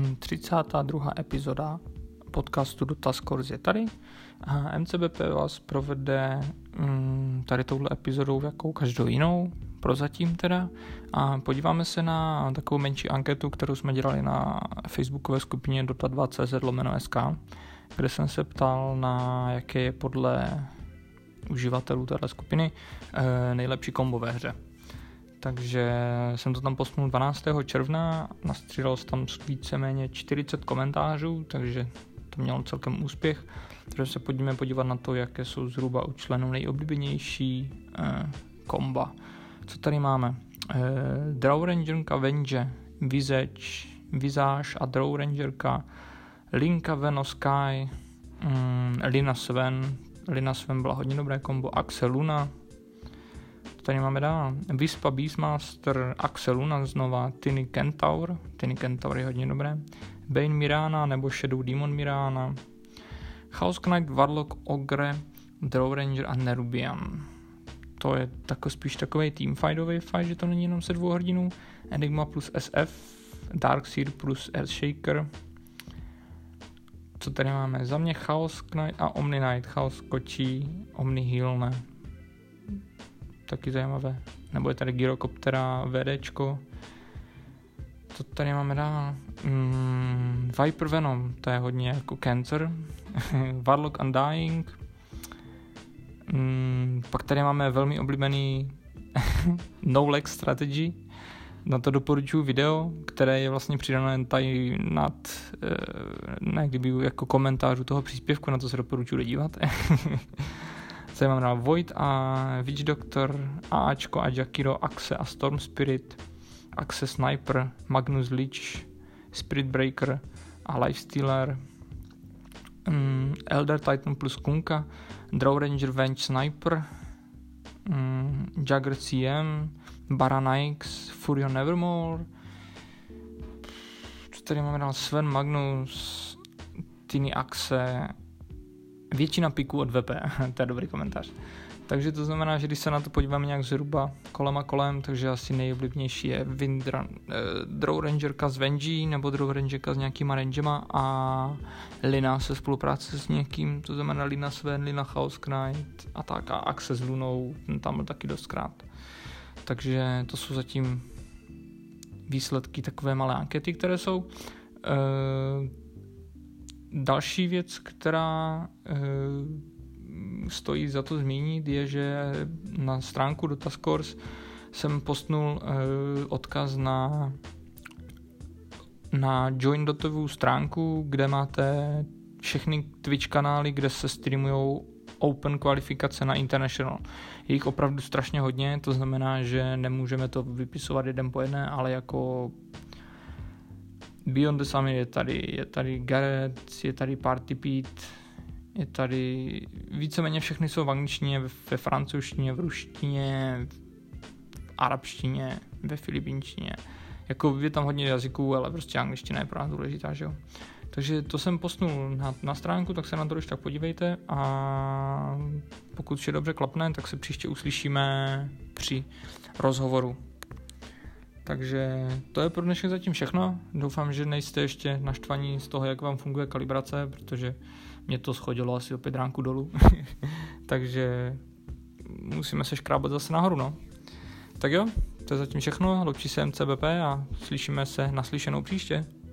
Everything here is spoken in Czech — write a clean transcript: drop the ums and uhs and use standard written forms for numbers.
32. epizoda podcastu Dotaz Course je tady a MCBP vás provede tady touhle epizodou jakou každou jinou, prozatím teda, a podíváme se na takovou menší anketu, kterou jsme dělali na facebookové skupině dota2.cz/sk, kde jsem se ptal, na jaké je podle uživatelů téhle skupiny nejlepší kombo ve hře. Takže jsem to tam posunul 12. června, nastřídal jsem tam víceméně 40 komentářů, takže to mělo celkem úspěch. Takže se pojďme podívat na to, jaké jsou zhruba u členů nejoblíbenější komba. Co tady máme? Draw Rangerka Venge, Visage a Draw Rangerka, Linka Veno Sky, Lina Sven byla hodně dobré kombo, Axe Luna. Tady máme dál Vispa Beastmaster, Axe Luna znova, Tiny Kentaur je hodně dobré, Bane Mirana nebo Shadow Demon Mirana, Chaos Knight, Warlock, Ogre, Draw Ranger a Nerubian. To je spíš takovej teamfightový fight, že to není jenom se dvou hrdinů. Enigma plus SF, Darkseer plus Earthshaker. Co tady máme? Za mě Chaos Knight a Omni Knight. Chaos skočí, Omni heal ne. Taky zajímavé. Nebo je tady Gyrocoptera, VDčko. Co tady máme dál? Viper Venom, to je hodně jako Cancer. Warlock Undying. Pak tady máme velmi oblíbený No Leg Strategy. Na to doporučuji video, které je vlastně přidané tady kdyby jako komentářu toho příspěvku, na to se doporučuji dodívat. Tady mám dál Void a Witch Doctor, Ačko a Jakiro, Axe a Storm Spirit, Axe Sniper, Magnus Leech, Spirit Breaker a Lifestealer, Elder Titan plus Kunka, Draw Ranger Venge Sniper, Jagger CM, Baranix, Furion Nevermore. Co tady máme dál? Sven Magnus, Tiny Axe, většina piků od VP, to je dobrý komentář. Takže to znamená, že když se na to podíváme nějak zhruba kolem, takže asi nejoblíbenější je Draw Rangerka s Vengy nebo Draw Rangerka s nějakýma rangema a Lina se spolupráce s někým, to znamená Lina Sven, Lina Chaos Knight a tak, a Axe s Lunou, tam byl taky dostkrát. Takže to jsou zatím výsledky takové malé ankety, které jsou. Další věc, která stojí za to zmínit, je, že na stránku Dotaz Course jsem postnul odkaz na Join Dotovou stránku, kde máte všechny Twitch kanály, kde se streamujou Open kvalifikace na International. Je jich opravdu strašně hodně, to znamená, že nemůžeme to vypisovat jeden po jedné, ale jako Beyond the Summit je tady Gareth, je tady Party Pete, je tady víceméně všechny jsou v angličtině, ve francouzštině, v ruštině, v arabštině, ve filipínštině. Jako je tam hodně jazyků, ale prostě angličtina je pro nás důležitá, že jo. Takže to jsem postnul na stránku, tak se na to už tak podívejte a pokud vše dobře klapne, tak se příště uslyšíme při rozhovoru. Takže to je pro dnešek zatím všechno. Doufám, že nejste ještě naštvaní z toho, jak vám funguje kalibrace, protože mě to schodilo asi o 5 ránku dolů. Takže musíme se škrábat zase nahoru, no. Tak jo, to je zatím všechno. Loučí se MCBP a slyšíme se naslyšenou příště.